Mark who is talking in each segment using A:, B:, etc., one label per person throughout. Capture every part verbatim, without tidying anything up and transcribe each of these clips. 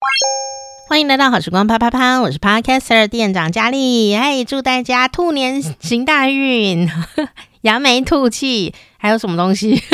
A: 欢迎来到好时光啪啪啪，我是 Podcaster 店长佳丽。哎，祝大家兔年行大运，扬眉吐气，还有什么东西？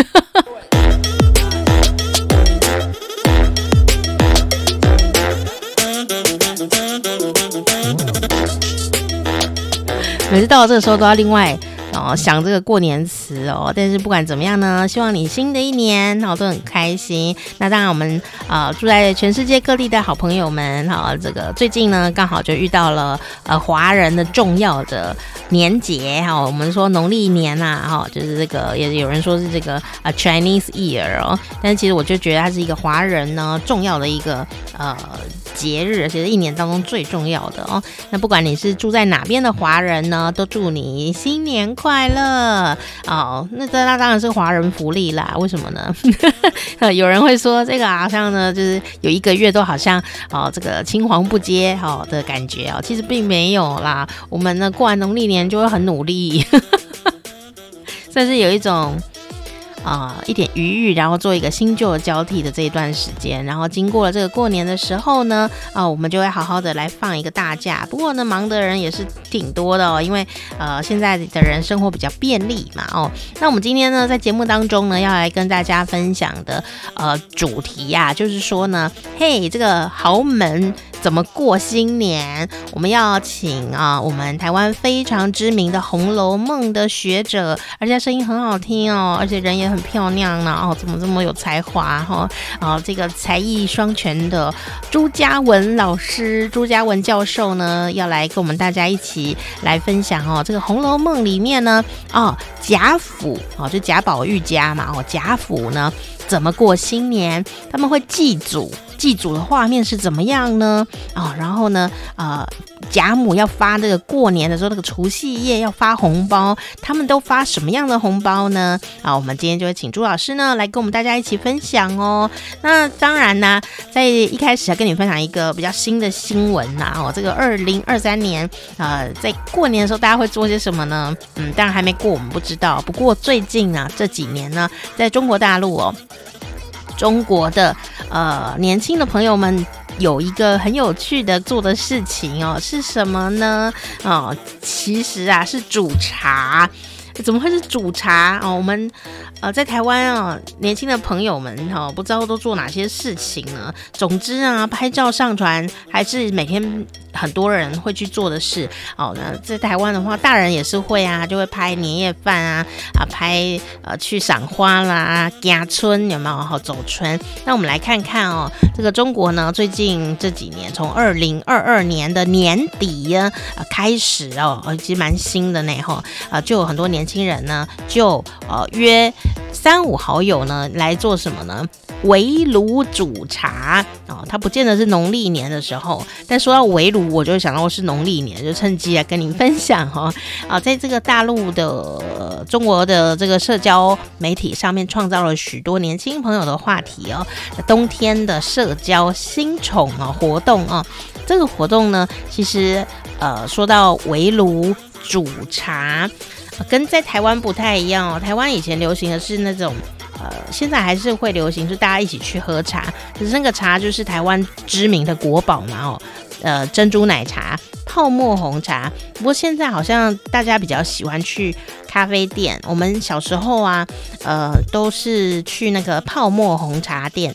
A: 每次到了这个时候都要另外哦想这个过年词哦，但是不管怎么样呢，希望你新的一年哦都很开心。那当然我们呃住在全世界各地的好朋友们哈、哦，这个最近呢刚好就遇到了呃华人的重要的年节哈、哦，我们说农历年呐、啊、哈、哦，就是这个也有人说是这个呃 Chinese Year 哦，但是其实我就觉得它是一个华人呢重要的一个呃节日，而且是一年当中最重要的哦。那不管你是住在哪边的华人呢，都祝你新年快乐哦。那这那当然是华人福利啦，为什么呢？有人会说这个好像呢，就是有一个月都好像哦这个青黄不接哦的感觉哦，其实并没有啦。我们呢过完农历年就会很努力，算是有一种。啊、呃，一点余裕，然后做一个新旧的交替的这一段时间，然后经过了这个过年的时候呢，啊、呃，我们就会好好的来放一个大假。不过呢，忙的人也是挺多的哦，因为呃，现在的人生活比较便利嘛，哦。那我们今天呢，在节目当中呢，要来跟大家分享的呃主题呀、啊，就是说呢，嘿，这个豪门怎么过新年？我们要请啊，我们台湾非常知名的《红楼梦》的学者，而且声音很好听哦，而且人也很漂亮呢哦，怎么这么有才华哈、哦？啊，这个才艺双全的朱家文老师、朱家文教授呢，要来跟我们大家一起来分享哦。这个《红楼梦》里面呢，哦，贾府哦，就贾宝玉家嘛哦，贾府呢怎么过新年？他们会祭祖。祭祖的画面是怎么样呢？哦，然后呢，呃，贾母要发这个过年的时候，那个除夕夜要发红包，他们都发什么样的红包呢？啊，我们今天就会请朱老师呢来跟我们大家一起分享哦。那当然呢，在一开始要跟你分享一个比较新的新闻啦。哦，这个二零二三年，呃，在过年的时候大家会做些什么呢？嗯，当然还没过，我们不知道。不过最近呢，这几年呢，在中国大陆哦。中国的呃年轻的朋友们有一个很有趣的做的事情哦，是什么呢？哦，其实啊是煮茶。怎么会是煮茶哦？我们呃在台湾啊，年轻的朋友们哈、哦，不知道都做哪些事情呢？总之啊，拍照上传还是每天很多人会去做的事哦。那在台湾的话，大人也是会啊，就会拍年夜饭啊啊，拍呃去赏花啦，家春有没有？好走春。那我们来看看哦，这个中国呢，最近这几年，从二零二二年的年底呢、呃、开始哦，其实蛮新的呢哈啊、呃，就有很多年轻人呢，就呃约三五好友呢来做什么呢？围炉煮茶哦，它不见得是农历年的时候，但说到围炉，我就会想到是农历年，就趁机来跟您分享哈、哦、啊，在这个大陆的、呃、中国的这个社交媒体上面，创造了许多年轻朋友的话题哦。冬天的社交新宠啊、哦、活动啊、哦，这个活动呢，其实呃说到围炉煮茶。跟在台湾不太一样哦，台湾以前流行的是那种，呃，现在还是会流行，就大家一起去喝茶。可是那个茶就是台湾知名的国宝嘛，哦，呃，珍珠奶茶、泡沫红茶。不过现在好像大家比较喜欢去咖啡店。我们小时候啊，呃，都是去那个泡沫红茶店。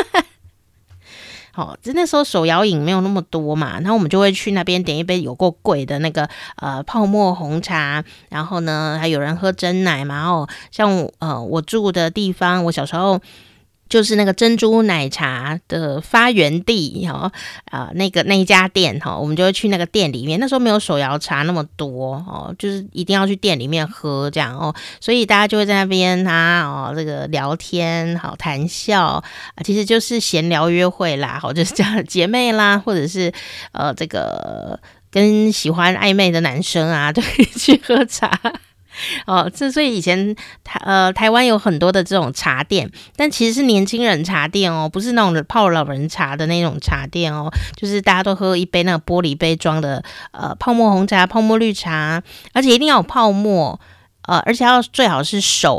A: 好、哦，那时候手摇饮没有那么多嘛，然后我们就会去那边点一杯有够贵的那个呃泡沫红茶，然后呢还有人喝珍奶嘛，哦，像呃我住的地方，我小时候就是那个珍珠奶茶的发源地哈、哦，呃那个那一家店哈、哦，我们就会去那个店里面。那时候没有手摇茶那么多哦，就是一定要去店里面喝这样哦，所以大家就会在那边啊哦这个聊天好谈笑、啊，其实就是闲聊约会啦，好就是这样姐妹啦，或者是呃这个跟喜欢暧昧的男生啊，都可以去喝茶。哦，这所以以前台呃台湾有很多的这种茶店，但其实是年轻人茶店哦，不是那种泡老人茶的那种茶店哦，就是大家都喝一杯那个玻璃杯装的呃泡沫红茶、泡沫绿茶，而且一定要有泡沫，呃，而且要最好是手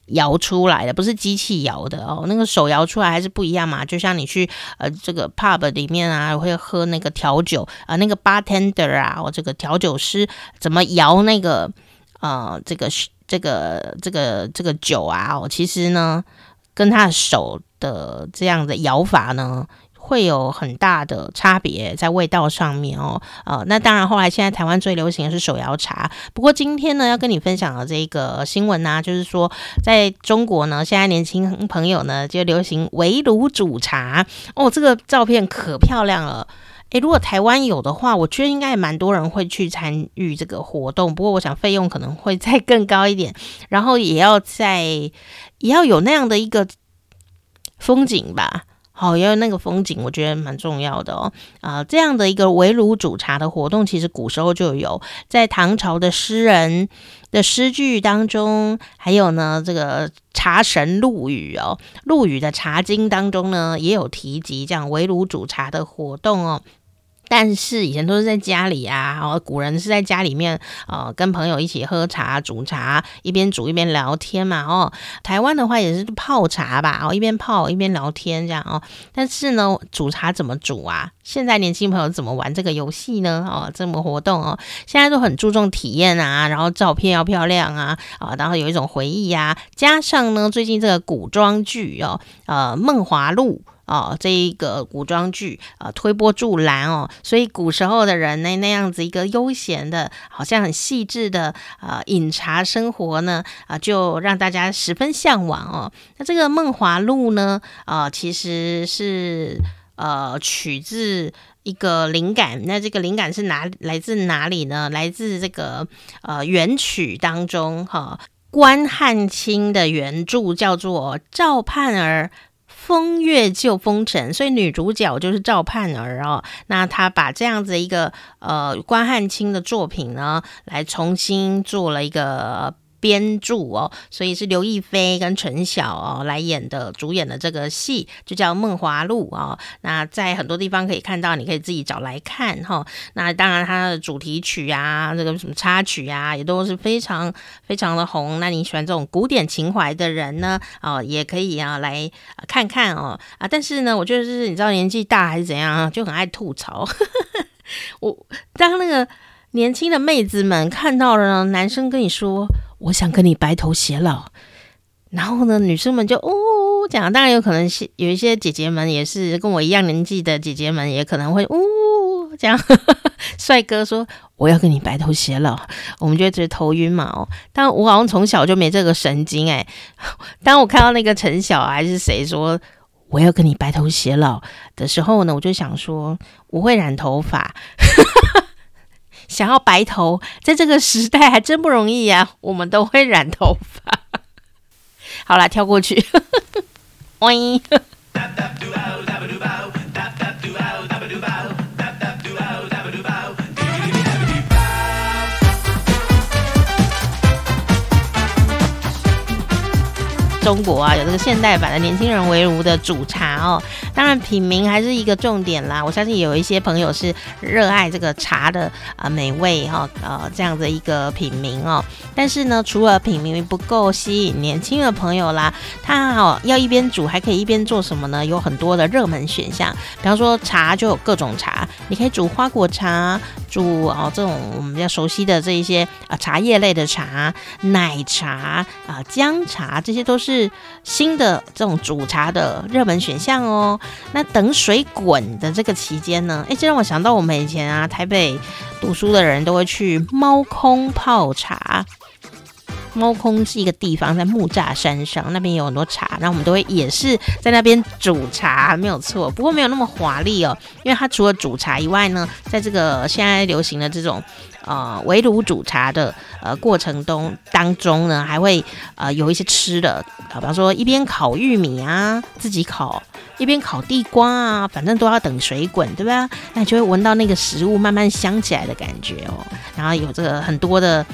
A: 摇出来的，不是机器摇的哦，那个手摇出来还是不一样嘛。就像你去呃这个 pub 里面啊，会喝那个调酒啊、呃，那个 bartender 啊，我、哦、这个调酒师怎么摇那个呃这个这个这个这个酒啊，哦，其实呢跟他的手的这样的摇法呢，会有很大的差别在味道上面哦。呃，那当然后来现在台湾最流行的是手摇茶，不过今天呢要跟你分享的这个新闻呢、啊，就是说在中国呢，现在年轻朋友呢就流行围炉煮茶哦，这个照片可漂亮了。诶，如果台湾有的话，我觉得应该也蛮多人会去参与这个活动，不过我想费用可能会再更高一点，然后也要在也要有那样的一个风景吧。好，也有那个风景，我觉得蛮重要的哦。啊、呃，这样的一个围炉煮茶的活动，其实古时候就有，在唐朝的诗人的诗句当中，还有呢这个茶神陆羽哦，陆羽的《茶经》当中呢，也有提及这样围炉煮茶的活动哦。但是以前都是在家里啊，哦，古人是在家里面呃跟朋友一起喝茶煮茶，一边煮一边聊天嘛哦。台湾的话也是泡茶吧，哦，一边泡一边聊天这样哦。但是呢，煮茶怎么煮啊？现在年轻朋友怎么玩这个游戏呢？哦，这么活动哦，现在都很注重体验啊，然后照片要漂亮啊，啊，然后有一种回忆啊，加上呢最近这个古装剧哦，呃，《梦华录》。哦，这一个古装剧呃推波助澜哦，所以古时候的人呢那样子一个悠闲的，好像很细致的呃饮茶生活呢啊、呃，就让大家十分向往哦。那这个《梦华录》呢，呃，其实是呃取自一个灵感，那这个灵感是哪来自哪里呢？来自这个呃元曲当中哈、哦，关汉卿的原著叫做《赵盼儿风月救风尘》，所以女主角就是赵盼儿哦。那她把这样子一个呃关汉卿的作品呢，来重新做了一个编著哦，所以是刘亦菲跟陈晓哦来演的，主演的这个戏就叫《梦华录》哦。那在很多地方可以看到，你可以自己找来看哈、哦。那当然它的主题曲啊，这个什么插曲啊，也都是非常非常的红。那你喜欢这种古典情怀的人呢，哦，也可以啊来看看哦啊。但是呢，我觉得是你知道年纪大还是怎样，就很爱吐槽。我当那个年轻的妹子们看到了呢，男生跟你说我想跟你白头偕老，然后呢女生们就哦讲，当然有可能是有一些姐姐们也是跟我一样年纪的姐姐们也可能会哦这样，帅哥说我要跟你白头偕老，我们就会觉得头晕嘛哦。但我好像从小就没这个神经哎。当我看到那个陈晓还是谁说我要跟你白头偕老的时候呢，我就想说我会染头发。想要白头，在这个时代还真不容易啊！我们都会染头发。好啦，跳过去。中国啊，有这个现代版的年轻人围炉的煮茶哦，当然品茗还是一个重点啦。我相信有一些朋友是热爱这个茶的啊、呃、美味哈、哦，呃这样的一个品茗哦。但是呢，除了品茗不够吸引年轻的朋友啦，他哦要一边煮还可以一边做什么呢？有很多的热门选项，比方说茶就有各种茶，你可以煮花果茶，煮哦这种我们比较熟悉的这一些啊、呃、茶叶类的茶，奶茶啊、呃、姜茶，这些都是是新的这种煮茶的热门选项哦。那等水滚的这个期间呢，哎，这让我想到我们以前啊，台北读书的人都会去猫空泡茶。猫空是一个地方，在木栅山上，那边有很多茶，然后我们都会也是在那边煮茶，没有错。不过没有那么华丽哦，因为它除了煮茶以外呢，在这个现在流行的这种呃围炉煮茶的呃过程中当中呢，还会呃有一些吃的啊，比方说一边烤玉米啊，自己烤，一边烤地瓜啊，反正都要等水滚，对吧？那你就会闻到那个食物慢慢香起来的感觉哦。然后有这个很多的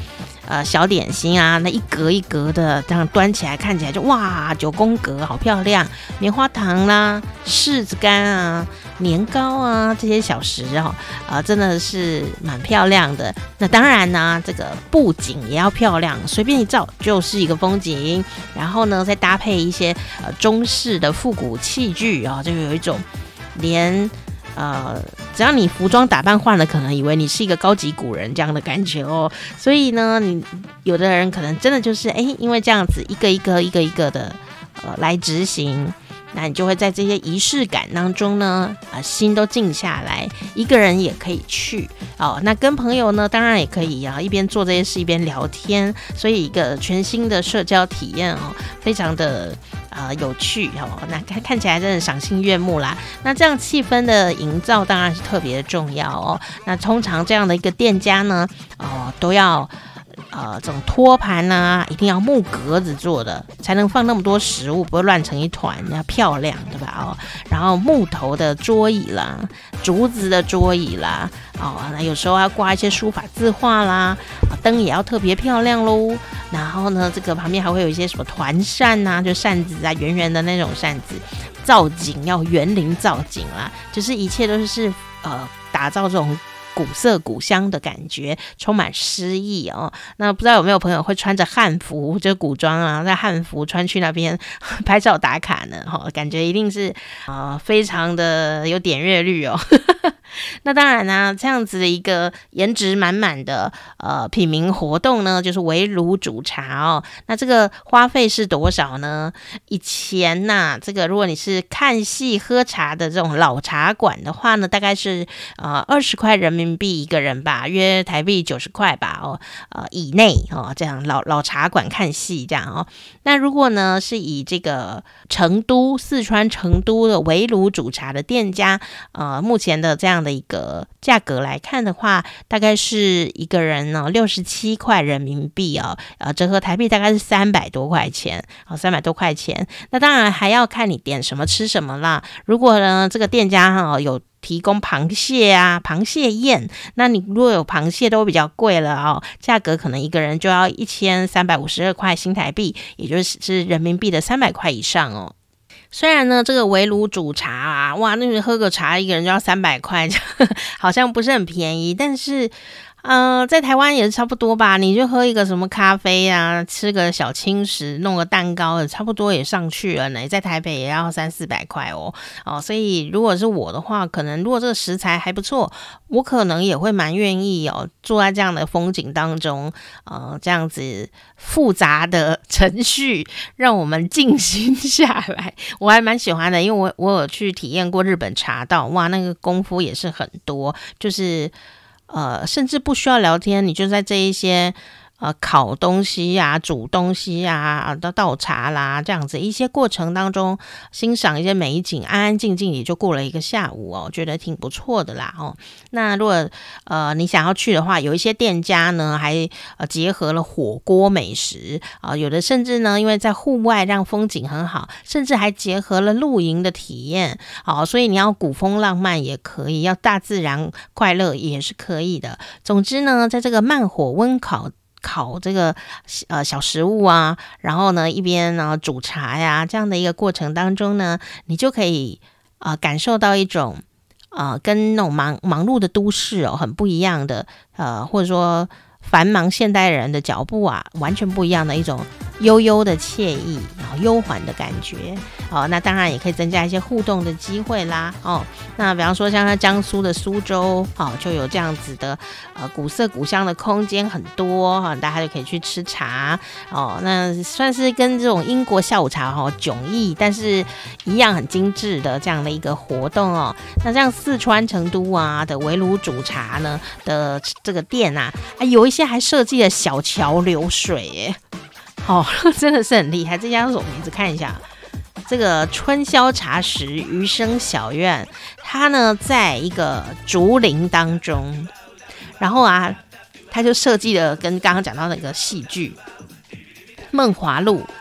A: 呃小点心啊，那一格一格的这样端起来，看起来就哇九宫格好漂亮，棉花糖啦、柿子干啊、年糕啊这些小食哦，呃真的是蛮漂亮的。那当然呢，这个布景也要漂亮，随便一照就是一个风景。然后呢，再搭配一些呃中式的复古器具啊、哦，就有一种连呃只要你服装打扮换了，可能以为你是一个高级古人这样的感觉哦。所以呢，你有的人可能真的就是哎，因为这样子一个一个一个一个的呃来执行。那你就会在这些仪式感当中呢，啊，心都静下来。一个人也可以去哦，那跟朋友呢，当然也可以啊，一边做这些事一边聊天，所以一个全新的社交体验哦，非常的呃有趣哦。那看看起来真的赏心悦目啦。那这样气氛的营造当然是特别的重要哦。那通常这样的一个店家呢，哦，都要。呃，这种托盘啊，一定要木格子做的，才能放那么多食物，不会乱成一团，要漂亮，对吧？哦，然后木头的桌椅啦，竹子的桌椅啦，哦，那有时候要挂一些书法字画啦，灯也要特别漂亮咯。然后呢，这个旁边还会有一些什么团扇啊，就扇子啊，圆圆的那种扇子，造景要园林造景啦，就是一切都是呃打造这种。古色古香的感觉，充满诗意哦。那不知道有没有朋友会穿着汉服，就是古装啊，在汉服穿去那边拍照打卡呢？哈、哦，感觉一定是啊、呃，非常的有点阅率哦。那当然呢、啊，这样子的一个颜值满满的呃品茗活动呢，就是围炉煮茶哦。那这个花费是多少呢？以前呐、啊，这个如果你是看戏喝茶的这种老茶馆的话呢，大概是呃二十块人民币一个人吧，约台币九十块吧哦，呃以内哦，这样老老茶馆看戏这样哦。那如果呢是以这个成都四川成都的围炉煮茶的店家，呃目前的这样的一个价格来看的话，大概是一个人呢六十七块人民币哦，呃折合台币大概是三百多块钱，好三百多块钱。那当然还要看你点什么吃什么啦。如果呢这个店家哈、哦、有提供螃蟹啊，螃蟹宴，那你如果有螃蟹都比较贵了哦，价格可能一个人就要一千三百五十二块新台币，也就是人民币的三百块以上哦。虽然呢，这个围炉煮茶啊，哇，那个喝个茶一个人就要三百块，好像不是很便宜，但是。呃，在台湾也是差不多吧，你就喝一个什么咖啡啊，吃个小轻食，弄个蛋糕，差不多也上去了呢。在台北也要三四百块哦，哦，所以如果是我的话，可能如果这个食材还不错，我可能也会蛮愿意哦，坐在这样的风景当中，呃，这样子复杂的程序让我们静心下来，我还蛮喜欢的，因为我我有去体验过日本茶道，哇，那个功夫也是很多，就是。呃，甚至不需要聊天，你就在这一些呃烤东西啊、煮东西啊、到倒茶啦这样子一些过程当中，欣赏一些美景，安安静静也就过了一个下午哦，觉得挺不错的啦哦。那如果呃你想要去的话，有一些店家呢还呃结合了火锅美食啊、呃，有的甚至呢因为在户外让风景很好，甚至还结合了露营的体验，好、哦，所以你要古风浪漫也可以，要大自然快乐也是可以的。总之呢，在这个慢火温烤。烤这个呃小食物啊，然后呢一边呢煮茶呀，这样的一个过程当中呢，你就可以呃感受到一种呃跟那种忙忙碌的都市哦很不一样的呃或者说繁忙现代人的脚步啊，完全不一样的一种悠悠的惬意，然后悠缓的感觉哦。那当然也可以增加一些互动的机会啦哦。那比方说像江苏的苏州哦，就有这样子的呃古色古香的空间很多哈、哦，大家就可以去吃茶哦。那算是跟这种英国下午茶哈、哦、迥异，但是一样很精致的这样的一个活动哦。那像四川成都啊的围炉煮茶呢的这个店啊，啊有一些还设计了小桥流水耶。哦，真的是很厉害！这家是什么名字？看一下，这个春宵茶食余生小院，它呢在一个竹林当中，然后啊，它就设计了跟刚刚讲到那个戏剧《梦华录》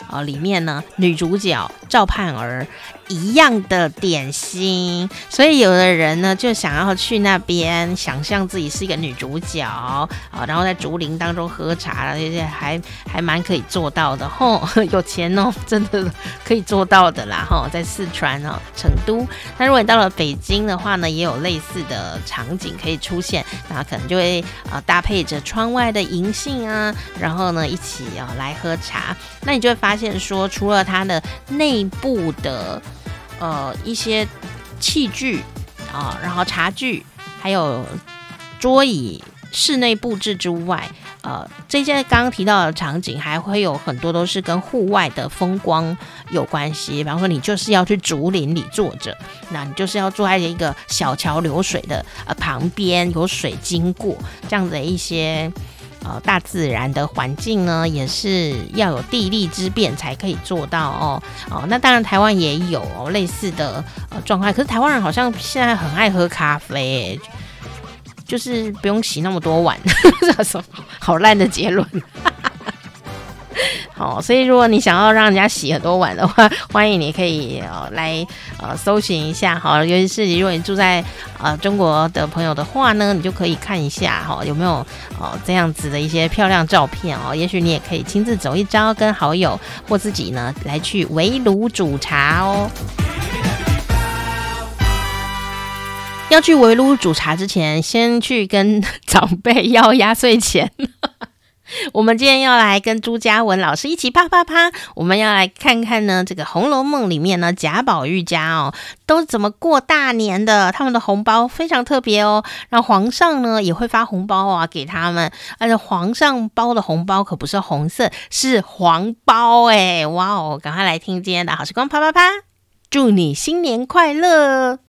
A: 呃里面呢女主角赵盼儿一样的点心，所以有的人呢就想要去那边想象自己是一个女主角啊、呃，然后在竹林当中喝茶，而且还还蛮可以做到的吼，有钱哦，真的可以做到的啦吼，在四川哦成都。那如果你到了北京的话呢，也有类似的场景可以出现，那可能就会呃搭配着窗外的银杏啊，然后呢一起啊、呃、来喝茶，那你就会发现说，除了它的内部的呃一些器具啊、呃，然后茶具，还有桌椅、室内布置之外，呃，这些刚刚提到的场景还会有很多都是跟户外的风光有关系。比方说，你就是要去竹林里坐着，那你就是要坐在一个小桥流水的呃旁边，有水经过这样的一些。呃，大自然的环境呢，也是要有地利之便才可以做到哦。哦，那当然台湾也有、哦、类似的呃状况，可是台湾人好像现在很爱喝咖啡，就是不用洗那么多碗，什么好烂的结论。好，所以如果你想要让人家洗很多碗的话，欢迎你可以、呃、来呃搜寻一下哈，尤其是如果你住在呃中国的朋友的话呢，你就可以看一下哈有没有呃这样子的一些漂亮照片哦。也许你也可以亲自走一遭，跟好友或自己呢来去围炉煮茶哦。要去围炉煮茶之前，先去跟长辈要压岁钱。我们今天要来跟朱家文老师一起啪啪啪，我们要来看看呢这个《红楼梦》里面呢贾宝玉家哦都怎么过大年的，他们的红包非常特别哦，然后皇上呢也会发红包啊给他们，而且皇上包的红包可不是红色，是黄包哎，哇哦，赶快来听今天的好时光啪啪啪，祝你新年快乐。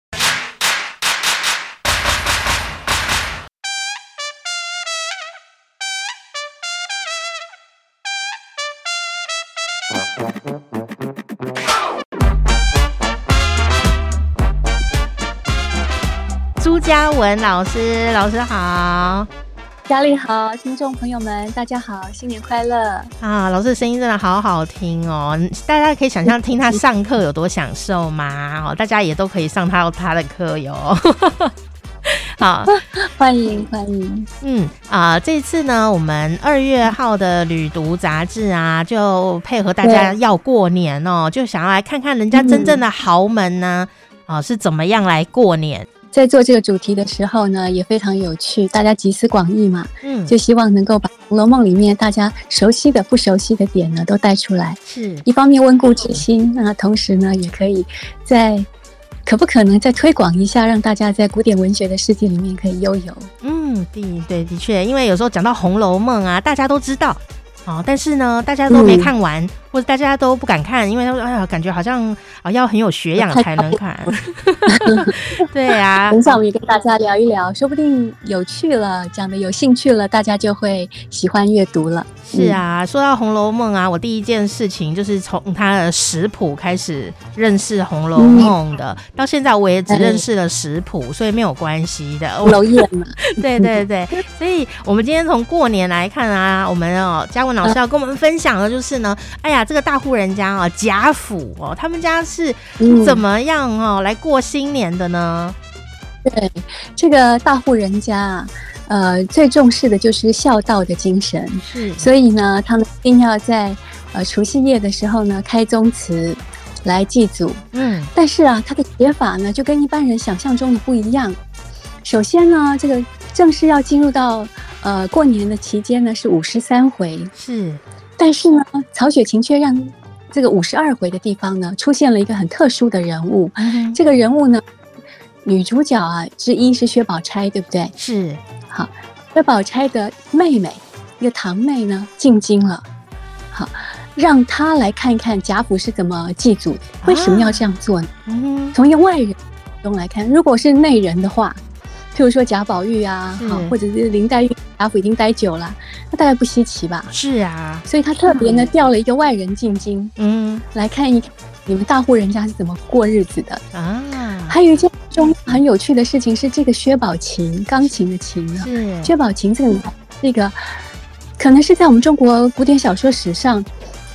A: 朱家文老师，老师好。
B: 嘉丽好，听众朋友们大家好，新年快乐
A: 啊！老师的声音真的好好听哦，大家可以想象听他上课有多享受吗？哦，大家也都可以上到他的课哟。好，
B: 欢迎欢迎。
A: 嗯啊、呃，这次呢，我们二月号的旅读杂志啊，就配合大家要过年哦，就想要来看看人家真正的豪门呢，啊、嗯呃、是怎么样来过年。
B: 在做这个主题的时候呢，也非常有趣，大家集思广益嘛，嗯，就希望能够把《红楼梦》里面大家熟悉的、不熟悉的点呢，都带出来。是一方面温故知新，那同时呢，也可以在可不可能再推广一下，让大家在古典文学的世界里面可以悠游。
A: 嗯，对对，的确，因为有时候讲到《红楼梦》啊，大家都知道。哦，但是呢，大家都没看完，嗯、或者大家都不敢看，因为他说：“哎呀，感觉好像啊要很有学养才能看。”对啊，
B: 等一下我们也跟大家聊一聊，说不定有趣了，讲的有兴趣了，大家就会喜欢阅读了。
A: 是啊，嗯、说到《红楼梦》啊，我第一件事情就是从它的食谱开始认识《红楼梦》的，嗯、到现在我也只认识了食谱，嗯、所以没有关系的。
B: 楼宴嘛，
A: 对对对，所以我们今天从过年来看啊，我们哦，嘉文老师要跟我们分享的就是呢，哎呀，这个大户人家哦，贾府哦，他们家是怎么样哦、嗯、来过新年的呢？
B: 对，这个大户人家呃，最重视的就是孝道的精神，是，所以呢，他们一定要在呃除夕夜的时候呢开宗祠来祭祖。嗯，但是啊，他的写法呢就跟一般人想象中的不一样。首先呢，这个正式要进入到呃过年的期间呢是五十三回，是，但是呢，曹雪芹却让这个五十二回的地方呢出现了一个很特殊的人物。嗯，这个人物呢，女主角啊之一是薛宝钗，对不对？是。好，薛宝钗的妹妹，一个堂妹呢进京了，好，让她来看看贾府是怎么祭祖的。为什么要这样做呢？嗯，从一个外人中来看，如果是内人的话，譬如说贾宝玉啊，好，或者是林黛玉，贾府已经待久了，那大概不稀奇吧？是啊，所以他特别呢调了一个外人进京，嗯，来看一看你们大户人家是怎么过日子的啊。还有一件中很有趣的事情是，这个薛宝琴，钢琴的琴啊，薛宝琴这个这个可能是在我们中国古典小说史上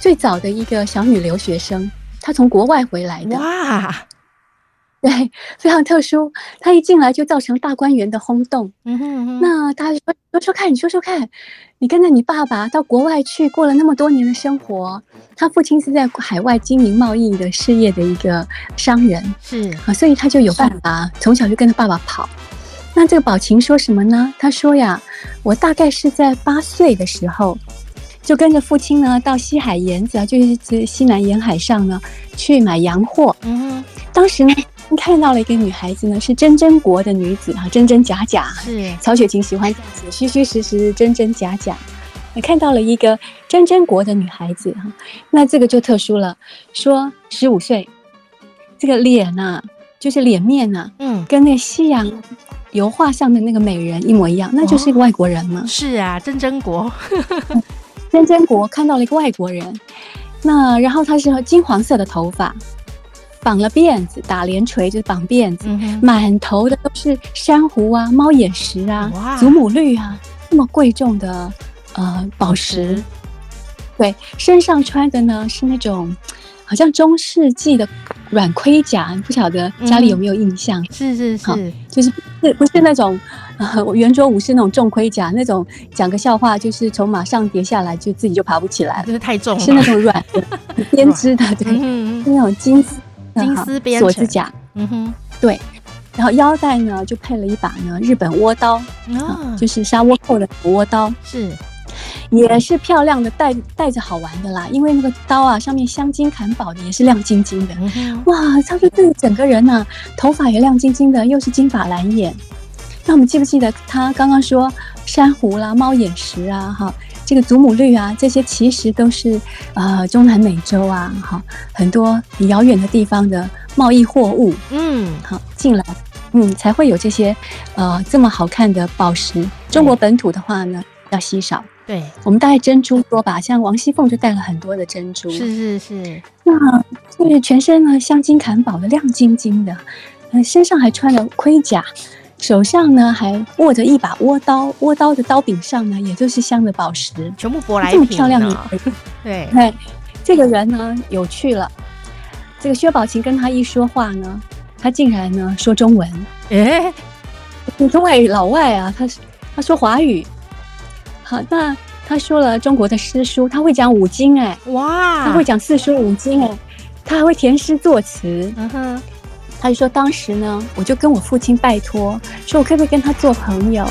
B: 最早的一个小女留学生，她从国外回来的。
A: 哇！
B: 对，非常特殊。他一进来就造成大观园的轰动。
A: 嗯哼嗯哼，
B: 那他说说说看，你说说看，你跟着你爸爸到国外去过了那么多年的生活，他父亲是在海外经营贸易的事业的一个商人，
A: 是
B: 啊，所以他就有办法，从小就跟着爸爸跑。那这个宝琴说什么呢？他说呀，我大概是在八岁的时候，就跟着父亲呢到西海沿子啊，就是西南沿海上呢去买洋货。
A: 嗯哼，
B: 当时呢。看到了一个女孩子呢，是真真国的女子啊，真真假假。
A: 是
B: 曹雪芹喜欢这样子，虚虚实实，真真假假。看到了一个真真国的女孩子哈，那这个就特殊了。说十五岁，这个脸呐、啊，就是脸面呐、啊，嗯，跟那个西洋油画上的那个美人一模一样，那就是一个外国人嘛。
A: 哦、是啊，真真国，
B: 真真国看到了一个外国人，那然后他是金黄色的头发。绑了辫子，打连垂就是绑辫子，嗯、满头的都是珊瑚啊、猫眼石啊、祖母绿啊，那么贵重的呃宝石。对，身上穿的呢是那种好像中世纪的软盔甲，不晓得家里有没有印象？嗯、
A: 是是是，
B: 就是不是不是那种呃圆桌武士那种重盔甲，那种讲个笑话，就是从马上跌下来就自己就爬不起来了，
A: 就是太重了，
B: 是那种软的编织的，对，嗯、是那种金丝。
A: 金丝编
B: 锁子甲，嗯哼，对，然后腰带呢就配了一把呢日本倭刀，哦、就是沙窝扣的倭刀，
A: 是，
B: 也是漂亮的，带带着好玩的啦，因为那个刀啊上面镶金砍宝的也是亮晶晶的，嗯、哇，他说这个整个人啊头发也亮晶晶的，又是金发蓝眼。那我们记不记得他刚刚说珊瑚啦、猫眼石啊，哈？这个祖母绿啊，这些其实都是呃中南美洲啊，哈，很多很遥远的地方的贸易货物，嗯，好进来，嗯，才会有这些呃这么好看的宝石。中国本土的话呢，比较稀少。
A: 对，
B: 我们大概珍珠多吧，像王熙凤就带了很多的珍珠。
A: 是是是。
B: 那就是全身呢镶金砍宝的，亮晶晶的，呃，身上还穿了盔甲。手上呢还握着一把倭刀，倭刀的刀柄上呢也就是镶的宝石，
A: 全部舶来品，
B: 这么漂亮的。
A: 对，
B: 对，这个人呢有趣了。这个薛宝琴跟他一说话呢，他竟然呢说中文。哎，普通外老外啊，他他说华语。好，那他说了中国的诗书，他会讲五经哎，哇，他会讲四书五经哎，他还会填诗作词。嗯哼。他就说当时呢我就跟我父亲拜托说我可不可以跟他做朋友，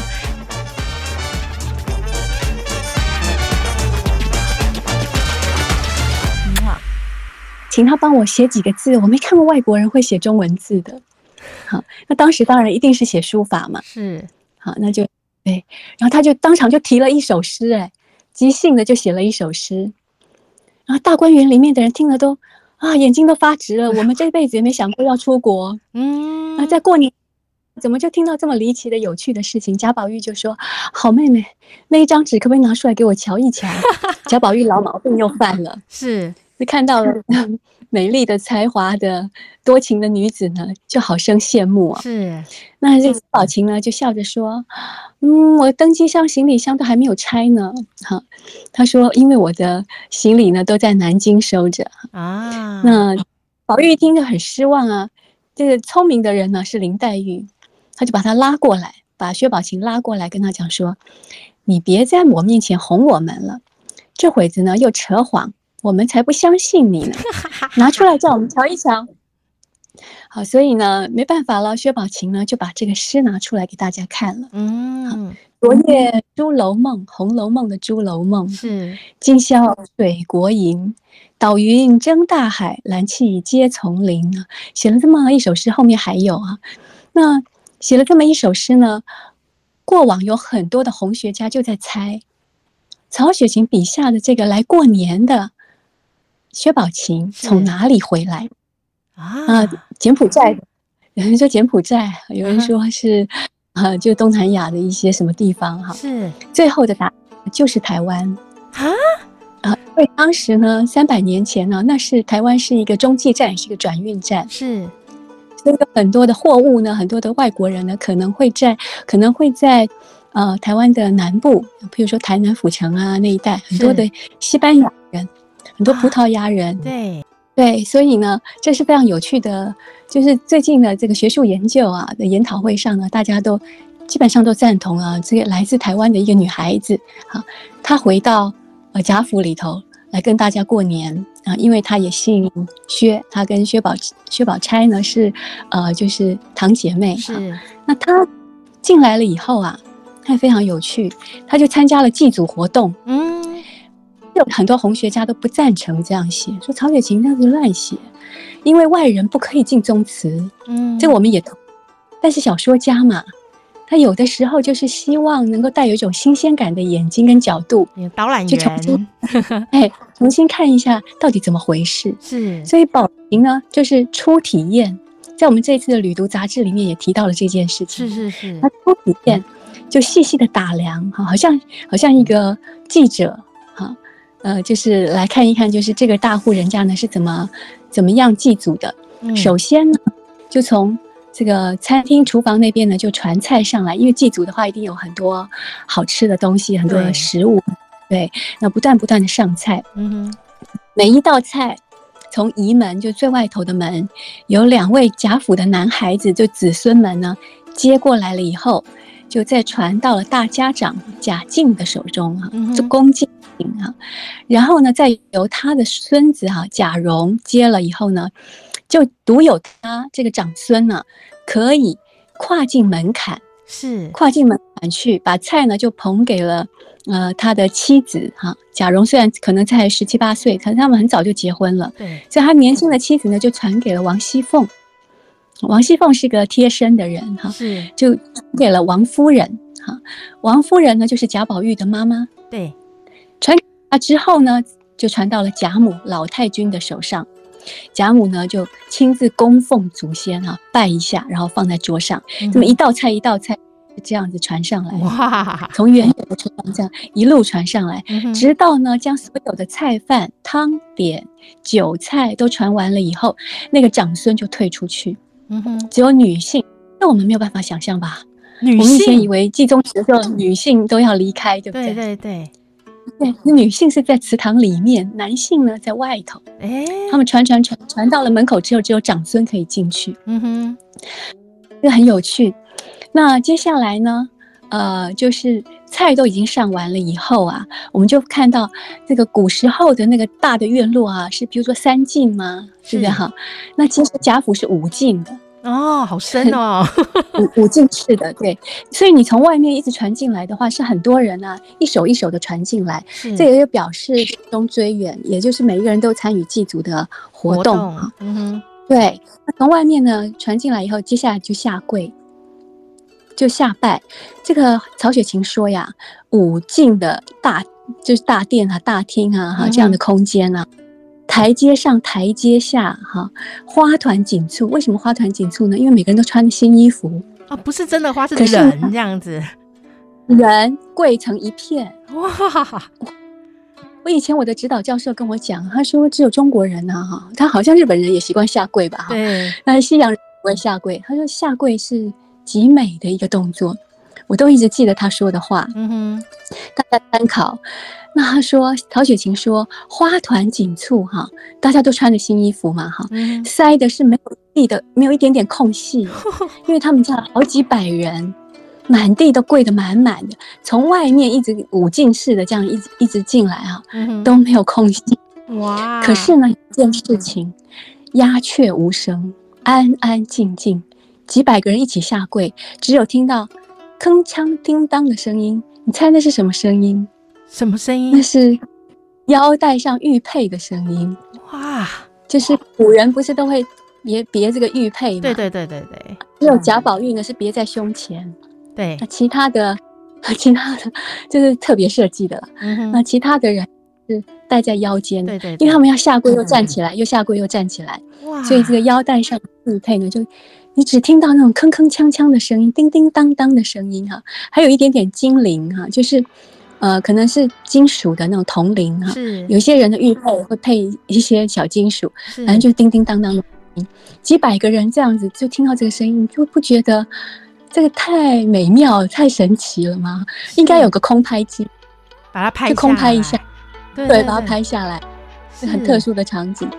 B: 请他帮我写几个字，我没看过外国人会写中文字的。好，那当时当然一定是写书法嘛，
A: 是，
B: 好，那就对，然后他就当场就提了一首诗，哎，即兴的就写了一首诗，然后大观园里面的人听了都啊，眼睛都发直了。我们这辈子也没想过要出国，嗯，那在过年怎么就听到这么离奇的有趣的事情？贾宝玉就说：“好妹妹，那一张纸可不可以拿出来给我瞧一瞧？”贾宝玉老毛病又犯了，
A: 是，
B: 是看到了美丽的、才华的、多情的女子呢，就好生羡慕啊。
A: 是，
B: 那这宝琴呢，就笑着说：“嗯，我登机箱、行李箱都还没有拆呢。”哈，他说：“因为我的行李呢都在南京收着啊。”那宝玉一听就很失望啊。这个聪明的人呢是林黛玉，他就把他拉过来，把薛宝琴拉过来，跟他讲说：“你别在我面前哄我们了，这会子呢又扯谎。”我们才不相信你呢，拿出来叫我们瞧一瞧。好，所以呢，没办法了，薛宝琴呢就把这个诗拿出来给大家看了。嗯，昨夜朱楼梦，《红楼梦》的朱楼梦
A: 是
B: 今宵水国营，岛云争大海，蓝气接丛林啊。写了这么一首诗，后面还有啊。那写了这么一首诗呢，过往有很多的红学家就在猜，曹雪芹笔下的这个来过年的薛宝琴从哪里回来啊？啊，柬埔寨，有人说柬埔寨，有人说是啊、呃，就东南亚的一些什么地方哈。
A: 是，最
B: 后的答案就是台湾啊啊！因为当时呢，三百年前呢，那是台湾是一个中继站，是一个转运站，
A: 是，
B: 所以有很多的货物呢，很多的外国人呢，可能会在可能会在呃台湾的南部，譬如说台南府城啊那一带，很多的西班牙人。 很多葡萄牙人。
A: 对
B: 对，所以呢，这是非常有趣的，就是最近的这个学术研究啊的研讨会上呢，大家都基本上都赞同啊，这个来自台湾的一个女孩子啊，她回到呃贾府里头来跟大家过年啊，因为她也姓薛，她跟薛宝薛宝钗呢是呃就是堂姐妹。
A: 是，
B: 啊、那她进来了以后啊，她也非常有趣，她就参加了祭祖活动。
A: 嗯，
B: 有很多红学家都不赞成这样写，说曹雪芹这样子乱写，因为外人不可以进宗祠。嗯，这我们也同，但是小说家嘛，他有的时候就是希望能够带有一种新鲜感的眼睛跟角度，
A: 导览员
B: 就重新哎重新看一下到底怎么回事。
A: 是，
B: 所以宝瓶呢就是初体验，在我们这次的旅读杂志里面也提到了这件事情。
A: 是是是，
B: 他初体验就细细的打量，好像好像一个记者哈。呃，就是来看一看，就是这个大户人家呢是怎么怎么样祭祖的。嗯、首先呢，就从这个餐厅厨房那边呢就传菜上来，因为祭祖的话一定有很多好吃的东西，很多的食物，对，那不断不断的上菜。嗯哼，每一道菜从仪门就最外头的门，有两位贾府的男孩子就子孙们呢接过来了以后，就再传到了大家长贾敬的手中啊，这恭敬。啊，然后呢，再由他的孙子哈、啊、贾蓉接了以后呢，就独有他这个长孙呢、啊，可以跨进门槛，是跨进门槛去，把菜呢就捧给了呃他的妻子哈、啊。贾蓉虽然可能才十七八岁，可是他们很早就结婚了，对，所以他年轻的妻子呢就传给了王熙凤。王熙凤是个贴身的人哈、啊，是就传给了王夫人哈、啊。王夫人呢就是贾宝玉的妈妈，对。传给他之后呢，就传到了贾母老太君的手上。贾母呢就亲自供奉祖先啊，拜一下，然后放在桌上，这么一道菜一道菜这样子传上来，哇！从远远的厨房这样一路传上来，直到呢将所有的菜饭、汤点、酒菜都传完了以后，那个长孙就退出去。嗯哼，只有女性，那我们没有办法想象吧？女性，我们以前以为祭宗祠的时候女性都要离开，对不对？对对对。对，女性是在祠堂里面，男性呢在外头。哎，他们传传传传到了门口之后，只有长孙可以进去。嗯哼，这很有趣。那接下来呢，呃，就是菜都已经上完了以后啊，我们就看到这个古时候的那个大的院落啊，是比如说三进吗？是不是哈？那其实贾府是五进的。哦，好深哦，五五进式的，对，所以你从外面一直传进来的话，是很多人啊，一手一手的传进来，这也就表示中追远，也就是每一个人都参与祭祖的活动啊。嗯哼，对，那从外面呢传进来以后，接下来就下跪，就下拜。这个曹雪芹说呀，五进的大就是大殿啊、大厅啊，哈、嗯、这样的空间啊。台阶上台阶下哈，花团锦簇。为什么花团锦簇呢？因为每个人都穿新衣服
A: 啊，不是真的花，是人这样子，
B: 人跪成一片。哇！我以前我的指导教授跟我讲，他说只有中国人啊哈，他好像日本人也习惯下跪吧哈，对，那西洋人不会下跪。他说下跪是极美的一个动作，我都一直记得他说的话。嗯哼，大家参考。那他说，曹雪芹说花团锦簇哈，大家都穿着新衣服嘛哈，嗯、塞的是没有地的，没有一点点空隙，因为他们家好几百人，满地都跪得满满的，从外面一直五进式的这样一直一直进来哈、嗯，都没有空隙。哇！可是呢，一件事情，鸦雀无声，安安静静，几百个人一起下跪，只有听到铿锵叮当的声音，你猜那是什么声音？
A: 什么声音？
B: 那是腰带上玉佩的声音。哇！就是古人不是都会别别这个玉佩吗？
A: 对对对对对。
B: 只有贾宝玉呢是别在胸前。
A: 对。
B: 那其他的，其他的就是特别设计的了。嗯、那其他的人是戴在腰间的。对 对, 对。因为他们要下跪又站起来，嗯、又下跪又站起来。哇！所以这个腰带上的玉佩呢，就你只听到那种铿铿锵锵的声音，叮叮当当的声音哈，还有一点点精灵哈，就是。呃，可能是金属的那种铜铃哈，是有些人的玉佩会配一些小金属，反正就叮叮当当的声音，几百个人这样子就听到这个声音，就不觉得这个太美妙、太神奇了吗？应该有个空拍机，
A: 把它拍下来，
B: 空拍一下，对，对对对，把它拍下来。 是很特殊的场景。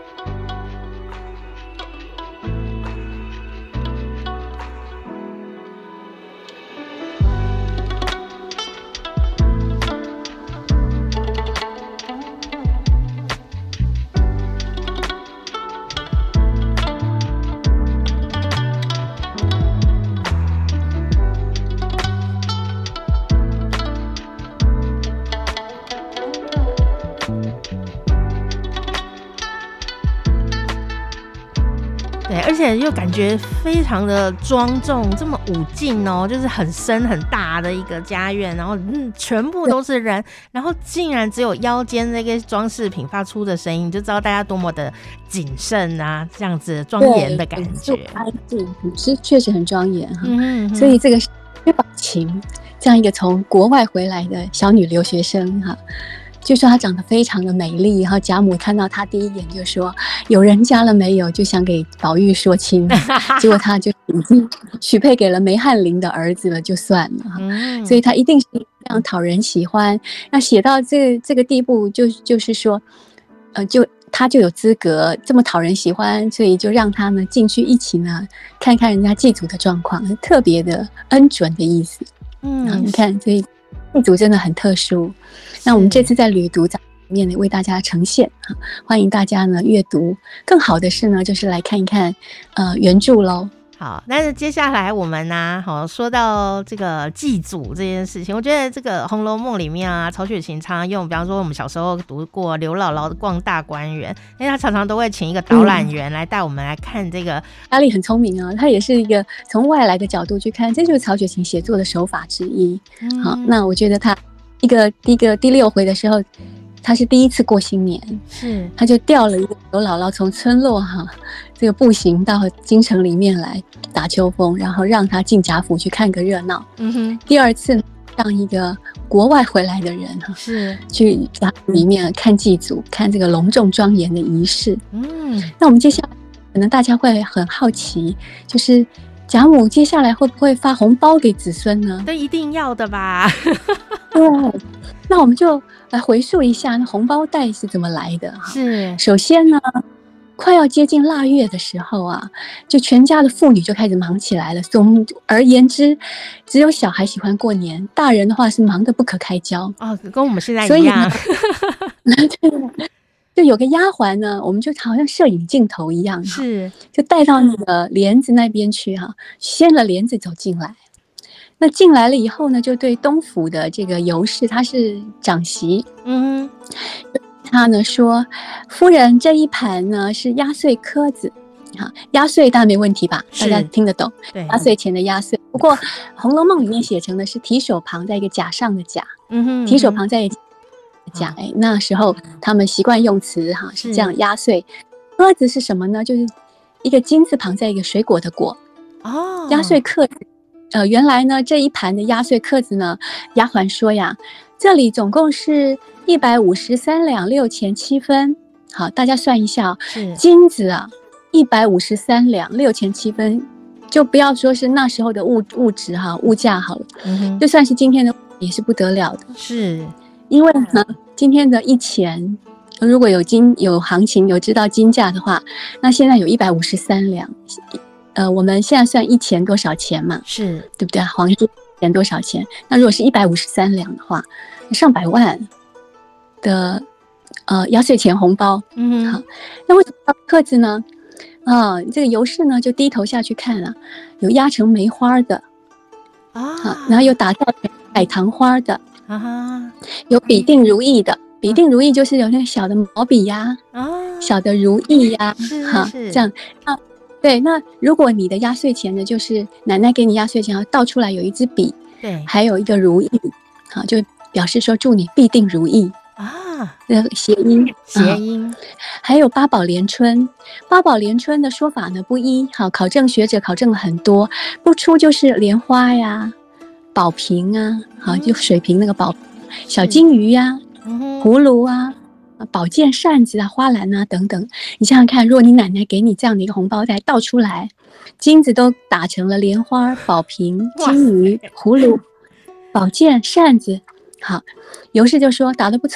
A: 对，而且又感觉非常的庄重，这么武静哦，就是很深很大的一个家院，然后嗯，全部都是人，然后竟然只有腰间那个装饰品发出的声音，就知道大家多么的谨慎啊，这样子庄严的感觉，
B: 安静，是确实很庄严哈。
A: 嗯哼，
B: 所以这个薛宝琴这样一个从国外回来的小女留学生哈。据说她长得非常的美丽，然后贾母看到她第一眼就说有人家了没有，就想给宝玉说亲，结果她就已经许配给了梅翰林的儿子了，就算了、嗯、所以她一定是非常讨人喜欢。那写到这这个地步就就是说呃，就她就有资格这么讨人喜欢，所以就让她呢进去一起呢看看人家祭祖的状况，特别的恩准的意思。嗯，你看所以祭祖真的很特殊。那我们这次在旅读里面呢为大家呈现，欢迎大家呢阅读。更好的是呢，就是来看一看呃原著咯。
A: 好，但是接下来我们呢、啊，好说到这个祭祖这件事情，我觉得这个《红楼梦》里面啊，曹雪芹常常用，比方说我们小时候读过刘姥姥逛大观园，因为他常常都会请一个导览员来带我们来看这个。
B: 阿丽很聪明啊，他也是一个从外来的角度去看，这就是曹雪芹写作的手法之一。嗯、好，那我觉得他一个第一个第六回的时候。他是第一次过新年，是他就调了一个刘姥姥从村落哈这个步行到京城里面来打秋风，然后让他进贾府去看个热闹。嗯哼，第二次让一个国外回来的人哈是去贾府里面看祭祖，看这个隆重庄严的仪式。嗯，那我们接下来可能大家会很好奇，就是贾母接下来会不会发红包给子孙呢？
A: 这一定要的吧？
B: 对，那我们就来回溯一下那红包袋是怎么来的。是，首先呢，快要接近腊月的时候啊，就全家的妇女就开始忙起来了。总而言之，只有小孩喜欢过年，大人的话是忙得不可开交。
A: 哦，跟我们现在一样。
B: 对，就有个丫鬟呢，我们就好像摄影镜头一样，是，就带到那个帘子那边去哈，掀了帘子走进来。那进来了以后呢，就对东府的这个尤氏，她是长媳，嗯，她呢说，夫人这一盘呢是压岁科子，哈，压岁当然没问题吧，大家听得懂，对，压岁钱的压岁。不过《红楼梦》里面写成的是提手旁在一个甲上的甲，嗯哼，提手旁在一个甲，哎，那时候他们习惯用词哈是这样，压岁科子是什么呢？就是一个金字旁在一个水果的果，哦，压岁科子。呃，原来呢，这一盘的压岁克子呢，丫鬟说呀，这里总共是一百五十三两六钱七分。好，大家算一下哦，金子啊，一百五十三两六钱七分，就不要说是那时候的物物质哈，物价好了，嗯、就算是今天的也是不得了的。是，因为呢，今天的一钱，如果有金有行情有知道金价的话，那现在有一百五十三两。呃，我们现在算一钱多少钱嘛？是，对不对？黄金钱多少钱？那如果是一百五十三两的话，上百万的呃压岁钱红包。嗯，好，那为什么要克子呢？啊、呃，这个尤氏呢就低头下去看啊，有压成梅花的啊，然后有打造成海棠花的啊，有笔定如意的，笔定如意就是有那个小的毛笔呀，啊，小的如意呀，是哈，这样啊。对，那如果你的压岁钱呢，就是奶奶给你压岁钱，倒出来有一支笔，对，还有一个如意，好，就表示说祝你必定如意啊，谐音，谐音、啊，还有八宝连春，八宝连春的说法呢不一，好，考证学者考证了很多，不出就是莲花呀、宝瓶啊，好，就水瓶那个宝，小金鱼呀、葫芦啊。宝剑、扇子啊、花篮啊等等，你想想看，如果你奶奶给你这样的一个红包袋倒出来，金子都打成了莲花、宝瓶、金鱼、葫芦、宝剑、扇子，好，尤氏就说打得不错，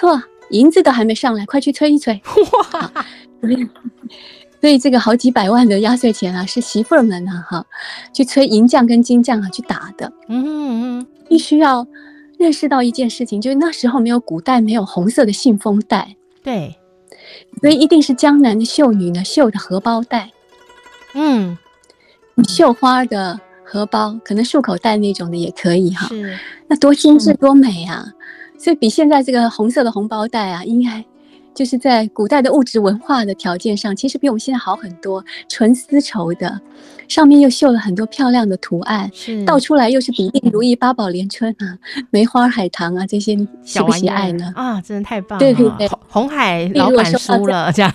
B: 银子都还没上来，快去催一催。哇！所以这个好几百万的压岁钱啊，是媳妇儿们啊哈，去催银匠跟金匠啊去打的。嗯嗯，必须要认识到一件事情，就是那时候没有古代没有红色的信封袋，
A: 对，
B: 所以一定是江南的绣女呢绣的荷包袋。嗯，绣花的荷包，可能束口袋那种的也可以哈。是，那多精致多美啊！所以比现在这个红色的红包袋啊，应该就是在古代的物质文化的条件上，其实比我们现在好很多。纯丝绸的，上面又绣了很多漂亮的图案，倒出来又是比定如意、八宝连春啊、梅花海棠啊这些，你喜不喜爱呢？
A: 啊，真的太棒了！
B: 对对对，
A: 红海老板输了这样。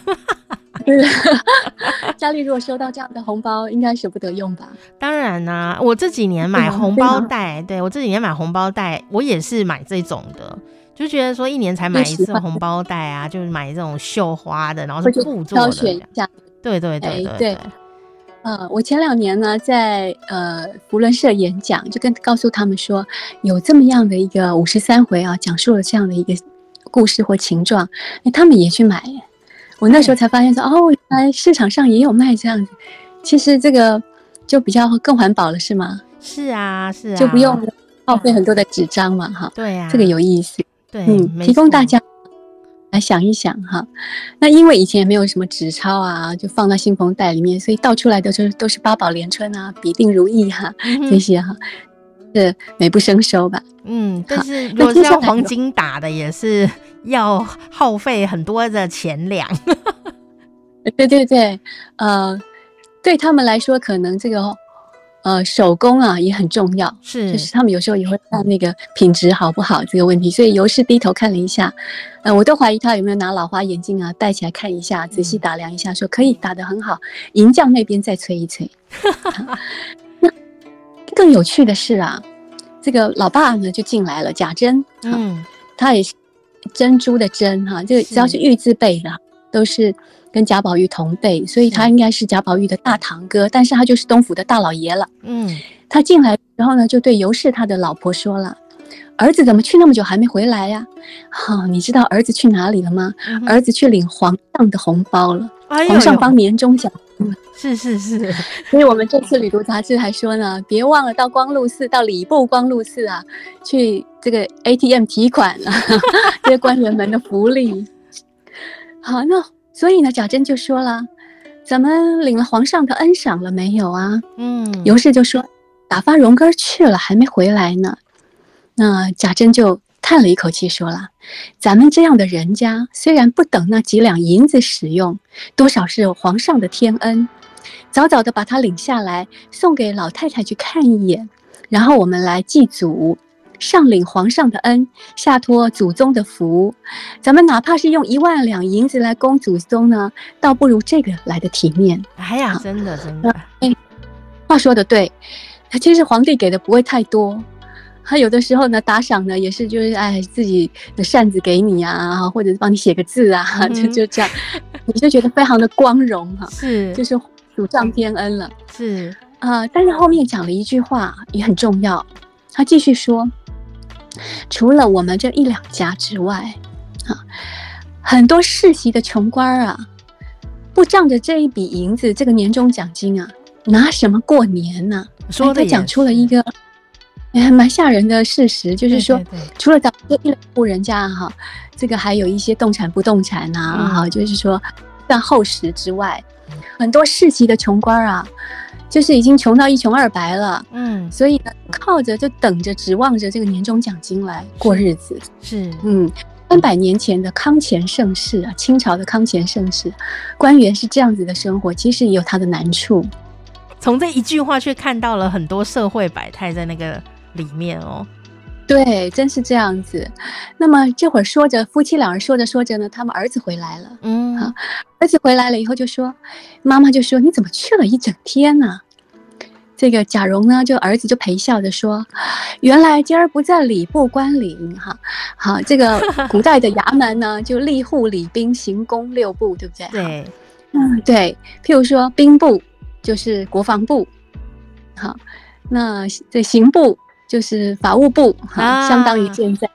B: 家里如果收到这样的红包，应该舍不得用吧？
A: 当然啦、啊，我这几年买红包袋，对我这几年买红包袋，我也是买这种的。就觉得说一年才买一次红包袋啊，就是买这种绣花的，然后是布做的，
B: 挑选一下。
A: 对对对对对。
B: 呃，我前两年呢，在呃福伦社演讲，就跟告诉他们说，有这么样的一个五十三回啊，讲述了这样的一个故事或情状，哎，他们也去买。我那时候才发现说，哦，原来市场上也有卖这样子。其实这个就比较更环保了，是吗？
A: 是啊，是啊，
B: 就不用耗费很多的纸张嘛，哈。
A: 对呀、啊，
B: 这个有意思。
A: 对，
B: 嗯，提供大家来想一想哈。那因为以前也没有什么纸钞啊，就放到信封袋里面，所以倒出来的都是都是八宝连春啊、比定如意哈、啊嗯、这些哈，是美不胜收吧？
A: 嗯，但是如果是要黄金打的，也是要耗费很多的钱两。
B: 对对对，呃，对他们来说，可能这个。呃，手工啊也很重要，是，就是他们有时候也会看那个品质好不好这个问题，所以尤氏低头看了一下，呃，我都怀疑他有没有拿老花眼镜啊戴起来看一下，仔细打量一下，说可以打得很好，银匠那边再催一催。那更有趣的是啊，这个老爸呢就进来了，贾珍，嗯，他也是珍珠的珍哈，这个只要是玉字辈的都是。跟贾宝玉同辈，所以他应该是贾宝玉的大堂哥，但是他就是东府的大老爷了。嗯，他进来之后呢，就对尤氏他的老婆说了：“儿子怎么去那么久还没回来呀、啊？哦，你知道儿子去哪里了吗？嗯、儿子去领皇上的红包了。哎、皇上帮年终奖。嗯，
A: 是是是。
B: 所以我们这次旅读杂志还说呢，别忘了到光禄寺，到礼部光禄寺啊，去这个 A T M 提款啊，这些官员们的福利。好，那。”所以呢，贾珍就说了：“咱们领了皇上的恩赏了没有啊？”嗯，尤氏就说：“打发荣根去了，还没回来呢。”那贾珍就叹了一口气，说了：“咱们这样的人家，虽然不等那几两银子使用，多少是皇上的天恩，早早的把他领下来，送给老太太去看一眼，然后我们来祭祖。”上领皇上的恩，下托祖宗的福，咱们哪怕是用一万两银子来供祖宗呢，倒不如这个来的体面。
A: 哎呀，真的真的，
B: 哎，话说的对，其实皇帝给的不会太多，他有的时候呢打赏呢也是就是哎自己的扇子给你啊，或者是帮你写个字啊，嗯、就就这样，你就觉得非常的光荣哈，是，就是祖上天恩了，是啊、呃，但是后面讲了一句话也很重要，他继续说。除了我们这一两家之外，啊，很多世袭的穷官啊，不仗着这一笔银子，这个年终奖金啊，拿什么过年呢、啊？说的讲出了一个哎蛮吓人的事实，就是说，对对对除了咱们这一两户人家哈、啊，这个还有一些动产不动产啊，哈、嗯，就是说算厚实之外，很多世袭的穷官啊。就是已经穷到一穷二白了，嗯，所以呢，靠着就等着指望着这个年终奖金来过日子，是，嗯，三百年前的康乾盛世啊，清朝的康乾盛世，官员是这样子的生活，其实也有它的难处。
A: 从这一句话却看到了很多社会百态在那个里面哦。
B: 对，真是这样子。那么这会儿说着，夫妻两人说着说着呢，他们儿子回来了。嗯，啊，儿子回来了以后就说，妈妈就说你怎么去了一整天呢？这个贾蓉呢，就儿子就陪笑着说，原来今儿不在礼部官领哈，好，这个古代的衙门呢，就吏户礼兵刑工六部，对不对？对，嗯，对。譬如说兵部就是国防部，好，那这刑部。就是法务部哈、啊，相当于现在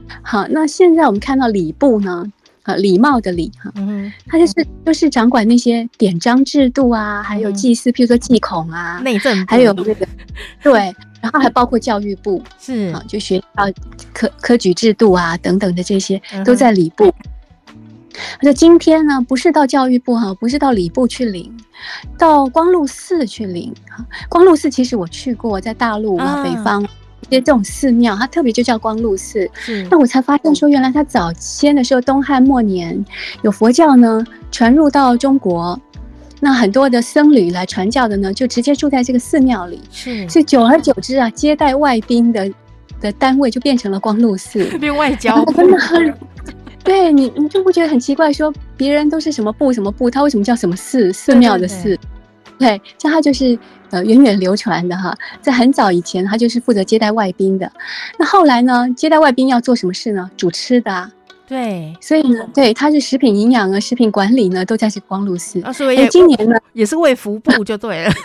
B: 好，那现在我们看到礼部呢，呃，礼貌的礼哈，嗯，它就是就是掌管那些典章制度啊，还有祭祀，譬如说祭孔啊，
A: 内政部，
B: 还有那个对，然后还包括教育部，
A: 是
B: 啊，就学校科科举制度啊等等的这些都在礼部。那、嗯、今天呢，不是到教育部哈，不是到礼部去领，到光禄寺去领。光禄寺其实我去过，在大陆啊，北方。一些这种寺庙，它特别就叫光禄寺。那我才发现说，原来它早先的时候，东汉末年有佛教呢传入到中国，那很多的僧侣来传教的呢，就直接住在这个寺庙里。是，所以久而久之啊，接待外宾的的单位就变成了光禄寺，变
A: 外交部。
B: 真的很，对你，你就不觉得很奇怪？说别人都是什么部什么部，他为什么叫什么寺？寺庙的寺。对，像他就是呃源远流传的哈，在很早以前，他就是负责接待外宾的。那后来呢，接待外宾要做什么事呢？煮吃的啊。
A: 对，
B: 所以呢，对，他是食品营养啊、食品管理呢，都在这光禄寺。
A: 啊，所以今年呢，也是卫福部就对了。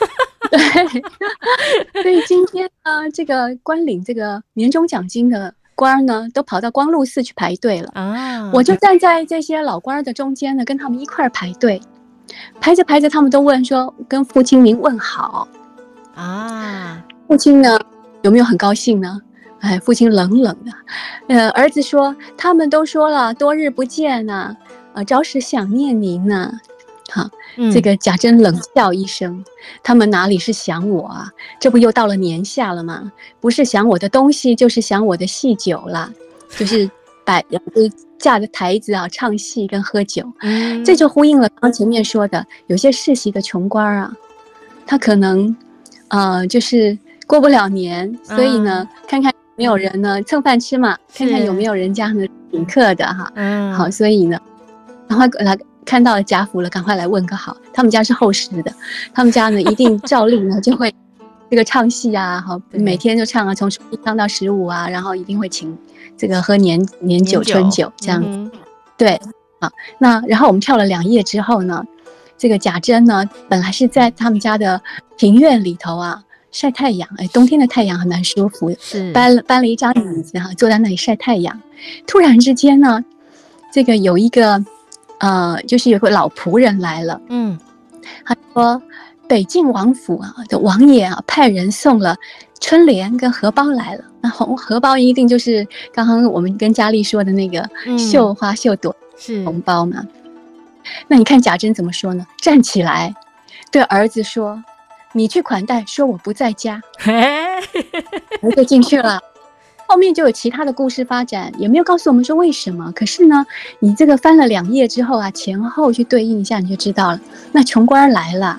B: 对，所以今天呢，这个官领这个年终奖金的官呢，都跑到光禄寺去排队了啊。我就站在这些老官的中间呢，跟他们一块儿排队。排着排着，他们都问说：“跟父亲您问好啊？”父亲呢有没有很高兴呢？哎，父亲冷冷的。呃，儿子说：“他们都说了，多日不见呐、啊，呃，着实想念您呐、啊。”好，这个贾珍冷笑一声：“他们哪里是想我啊？这不又到了年下了吗？不是想我的东西，就是想我的戏酒啦，就是摆架着台子啊，唱戏跟喝酒，嗯，这就呼应了刚刚前面说的，有些世袭的穷官啊，他可能，呃，就是过不了年，所以呢，嗯、看看有没有人呢蹭饭吃嘛，看看有没有人家呢请客的哈，嗯，好，所以呢，赶快来看到了贾府了，赶快来问个好。他们家是后食的，他们家呢一定照例呢就会这个唱戏啊，好，每天就唱啊，从初一唱到十五啊，然后一定会请。这个喝年年酒春酒这样，嗯、对啊，那然后我们跳了两夜之后呢，这个贾珍呢本来是在他们家的庭院里头啊晒太阳，哎，冬天的太阳很蛮舒服，是搬了搬了一张椅子哈、啊，坐在那里晒太阳。突然之间呢，这个有一个呃，就是有个老仆人来了，嗯，他说北晋王府啊的王爷啊派人送了春联跟荷包来了。那红荷包一定就是刚刚我们跟佳丽说的那个绣花绣朵是红包嘛、嗯？那你看贾珍怎么说呢？站起来对儿子说：“你去款待，说我不在家。”儿子进去了。后面就有其他的故事发展，也没有告诉我们说为什么。可是呢，你这个翻了两页之后啊，前后去对应一下，你就知道了。那穷官来了。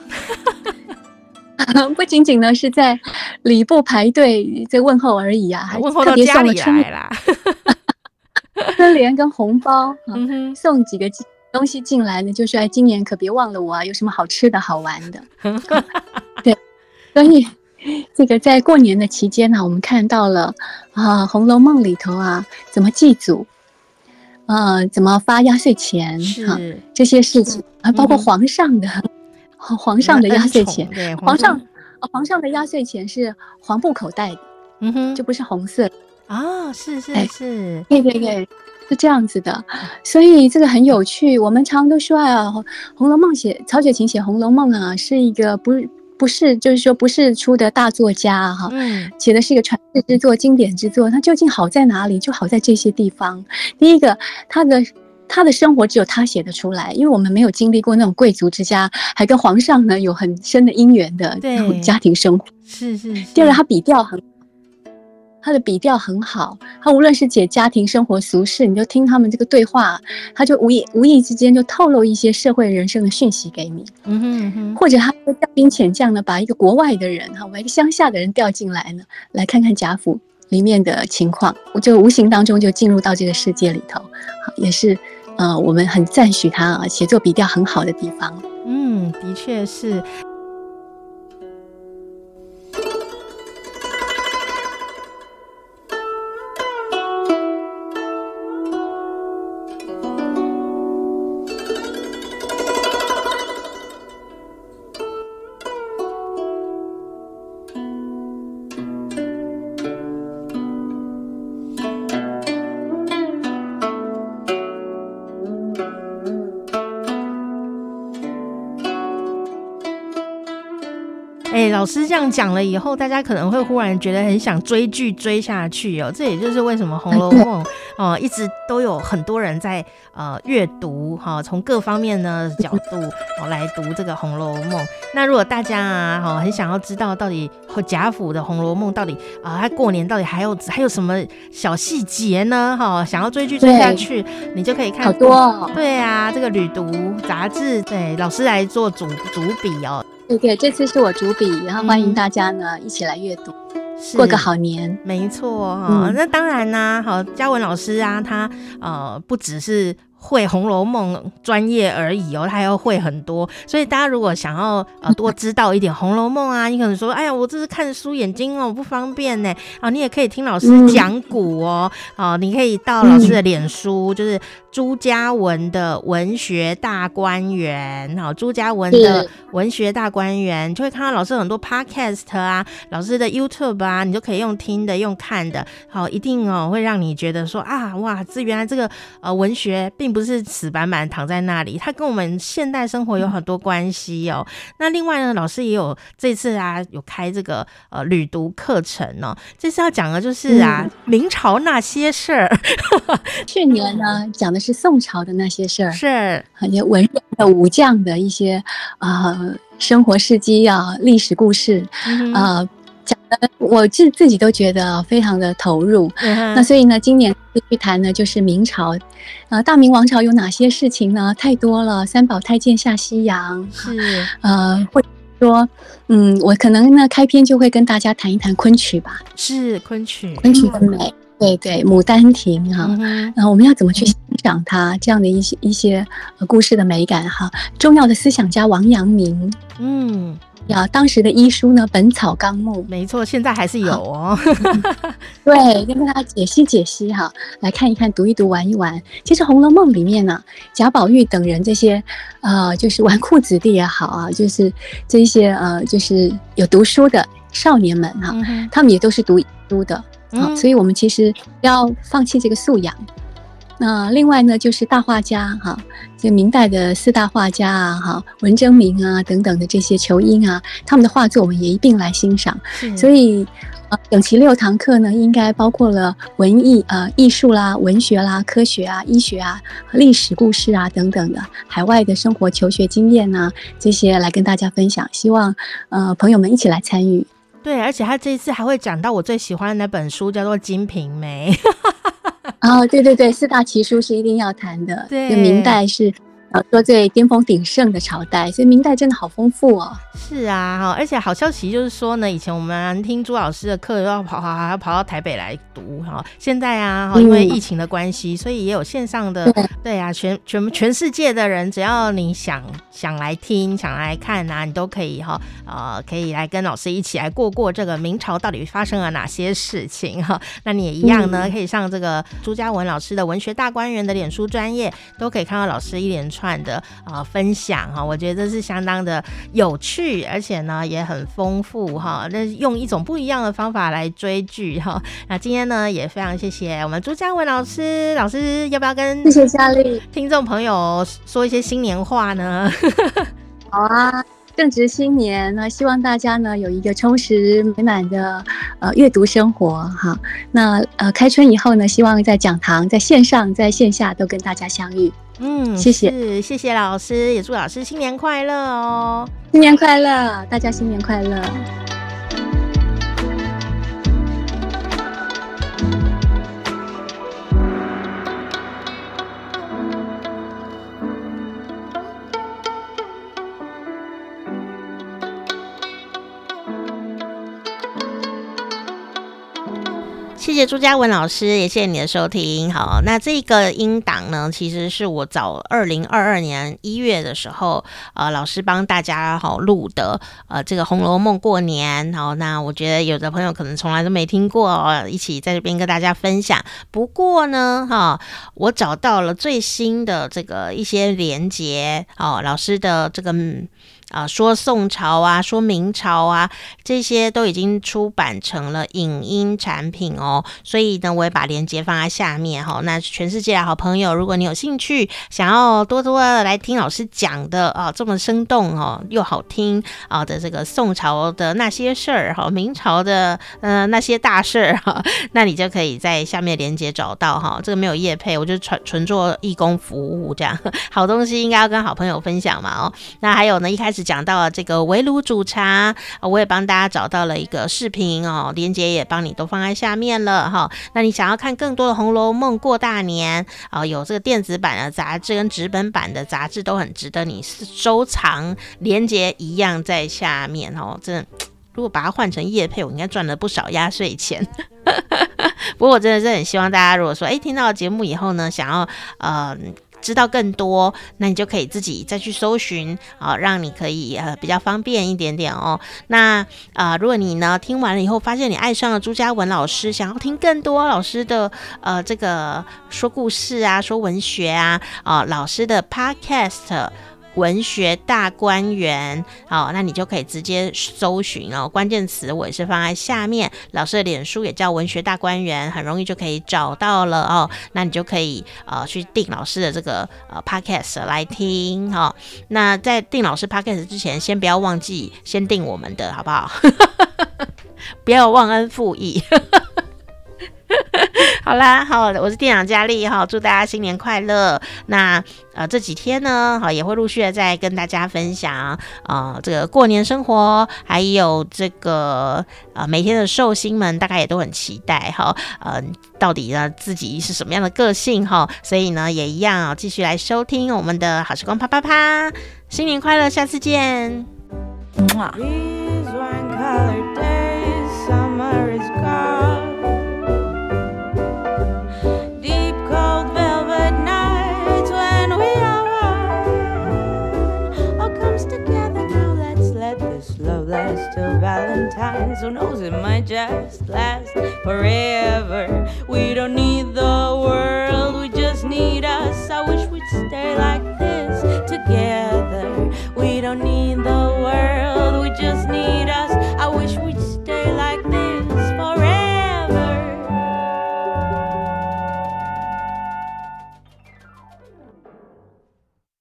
B: 不仅仅呢是在礼部排队在问候而已啊，还特别送了春联啦，春联跟红包、啊嗯、送几个东西进来呢，就说哎，今年可别忘了我啊，有什么好吃的好玩的。啊、对，所以这个在过年的期间呢，我们看到了啊，《红楼梦》里头啊，怎么祭祖，呃，怎么发压岁钱哈、啊，这些事情啊，包括皇上的。嗯皇上的压岁钱，皇上、哦，皇上的压岁钱是黄布口袋的，嗯哼，就不是红色
A: 啊、哦，是是是，
B: 对对对，是这样子的，所以这个很有趣。我们常都说啊，《红楼梦》写曹雪芹写《红楼梦》啊，是一个不不是就是说不是出的大作家哈、啊，嗯，写的是一个传世之作、经典之作。它究竟好在哪里？就好在这些地方。第一个，它的。他的生活只有他写得出来，因为我们没有经历过那种贵族之家，还跟皇上呢有很深的姻缘的那种家庭生活。
A: 是是是。
B: 第二个，他笔调很，他的笔调很好，他无论是写家庭生活俗事，你就听他们这个对话，他就无意无意之间就透露一些社会人生的讯息给你。嗯哼嗯哼。或者他会调兵遣将呢，把一个国外的人哈，把一个乡下的人调进来呢，来看看贾府里面的情况，我就无形当中就进入到这个世界里头，也是。呃，我们很赞许他啊，写作笔调很好的地方。
A: 嗯，的确是。 哎，老师这样讲了以后，大家可能会忽然觉得很想追剧追下去哦。这也就是为什么《红楼梦》哦一直都有很多人在呃阅读哈、哦，从各方面的角度哦来读这个《红楼梦》。那如果大家啊哈、哦、很想要知道到底贾府的《红楼梦》到底啊，他、呃、过年到底还有还有什么小细节呢？哈、哦，想要追剧追下去，你就可以看
B: 好多、哦。
A: 对啊，这个旅读杂志，对老师来做主主笔哦。
B: 对对，这次是我主笔，然后欢迎大家呢、嗯、一起来阅读，过个好年。
A: 没错哈、哦嗯，那当然啦、啊，好，嘉文老师啊，他呃不只是会《红楼梦》专业而已哦，他还要会很多，所以大家如果想要呃多知道一点《红楼梦》啊，你可能说，哎呀，我这是看书眼睛哦不方便呢啊，你也可以听老师讲古哦，嗯、啊，你可以到老师的脸书，嗯、就是朱家文的文学大观园，好，朱家文的文学大观园，就会看到老师很多 podcast 啊，老师的 YouTube 啊，你就可以用听的用看的，好，一定哦会让你觉得说啊，哇，这原来这个呃文学并不是死板板躺在那里，它跟我们现代生活有很多关系哦。那另外呢，老师也有这次啊有开这个呃旅读课程哦，这次要讲的就是啊、嗯、明朝那些事儿。
B: 去年呢讲的是宋朝的那些事儿，
A: 是
B: 很多文人的武将的一些呃生活事迹啊、历史故事，嗯、呃。讲的我自自己都觉得非常的投入，嗯、那所以呢，今年去谈的就是明朝，呃，大明王朝有哪些事情呢？太多了，三宝太监下西洋，
A: 是
B: 呃，或者说，嗯，我可能呢开篇就会跟大家谈一谈昆曲吧，
A: 是昆曲，
B: 昆曲的美，对对，《牡丹亭》哈，嗯、然后我们要怎么去欣赏它这样的一些一些、呃、故事的美感哈？重要的思想家王阳明，嗯。呀，当时的医书呢，《本草纲目》，
A: 没错，现在还是有哦。
B: 对，跟大家解析解析哈，来看一看，读一读，玩一玩。其实《红楼梦》里面呢、啊，贾宝玉等人这些，呃，就是纨绔子弟也好啊，就是这一些呃，就是有读书的少年们哈、啊嗯，他们也都是读书的，好、嗯，所以我们其实要放弃这个素养。那另外呢，就是大画家哈，这明代的四大画家啊，哈，文征明啊等等的这些仇英啊，他们的画作我们也一并来欣赏。所以，呃，整齐六堂课呢，应该包括了文艺呃艺术啦、文学啦、科学啊、医学啊、历史故事啊等等的海外的生活求学经验啊，这些来跟大家分享。希望呃朋友们一起来参与。
A: 对，而且他这一次还会讲到我最喜欢的那本书，叫做《金瓶梅》。
B: 哦，对对对，四大奇书是一定要谈的。
A: 对，
B: 明代是呃说最巅峰鼎盛的朝代，所以明代真的好丰富哦。
A: 是啊，而且好消息就是说呢，以前我们听朱老师的课要跑跑跑跑到台北来读哈，现在啊，因为疫情的关系，嗯、所以也有线上的。对, 对啊，全全全世界的人，只要你想想来听、想来看啊，你都可以哈，呃，可以来跟老师一起来过过这个明朝到底发生了哪些事情哈。那你也一样呢，嗯、可以上这个朱家文老师的文学大观园的脸书专页，都可以看到老师一连串的啊、呃、分享哈。我觉得这是相当的有趣，而且呢也很丰富哈。那用一种不一样的方法来追剧哈。那今天呢也非常谢谢我们朱家文老师，老师要不要跟
B: 谢谢嘉丽
A: 听众朋友说一些新年话呢？
B: 好啊，正值新年呢，希望大家呢有一个充实美满的呃阅读生活哈。那呃开春以后呢，希望在讲堂、在线上、在线下都跟大家相遇。嗯，谢谢，
A: 谢谢老师，也祝老师新年快乐哦！
B: 新年快乐，大家新年快乐。
A: 谢谢朱家文老师，也谢谢你的收听。好，那这个音档呢，其实是我早二零二二年一月的时候，呃，老师帮大家好录的，呃，这个《红楼梦》过年。好，那我觉得有的朋友可能从来都没听过，哦、一起在这边跟大家分享。不过呢，哈，我找到了最新的这个一些连结，哦，老师的这个。 呃说宋朝啊，说明朝啊，这些都已经出版成了影音产品哦。所以呢，我也把链接放在下面哈、哦。那全世界的好朋友，如果你有兴趣，想要多多的来听老师讲的啊、哦，这么生动哦又好听啊、哦、的这个宋朝的那些事儿哈，明朝的呃那些大事儿哈，那你就可以在下面链接找到哈。这个没有业配，我就纯纯做义工服务这样。好东西应该要跟好朋友分享嘛哦。那还有呢，一开始讲到了这个围炉煮茶，我也帮大家找到了一个视频哦，链接也帮你都放在下面了哈。那你想要看更多的《红楼梦》过大年啊、呃，有这个电子版的杂志跟纸本版的杂志都很值得你收藏，链接一样在下面哦。真的，如果把它换成业配，我应该赚了不少压岁钱。不过我真的是很希望大家，如果说哎听到节目以后呢，想要呃。知道更多，那你就可以自己再去搜寻啊，让你可以呃比较方便一点点哦。那呃，如果你呢听完了以后，发现你爱上了朱家文老师，想要听更多老师的呃这个说故事啊、说文学啊，啊老师的 podcast。文学大观园，好、哦，那你就可以直接搜寻哦。关键词我也是放在下面，老师的脸书也叫文学大观园，很容易就可以找到了哦。那你就可以呃去订老师的这个呃 podcast 来听哈、哦。那在订老师 podcast 之前，先不要忘记先订我们的好不好？不要忘恩负义。好啦，好，我是店长佳丽哈，祝大家新年快乐。那呃这几天呢，好也会陆续的再跟大家分享呃这个过年生活，还有这个呃每天的寿星们，大概也都很期待哈，呃到底呢自己是什么样的个性哈，所以呢也一样啊、哦，继续来收听我们的好时光啪啪啪，新年快乐，下次见。
C: Last till Valentine's, who knows, it might just last forever. We don't need the world, we just need us. I wish we'd stay like this together. We don't need the world, we just need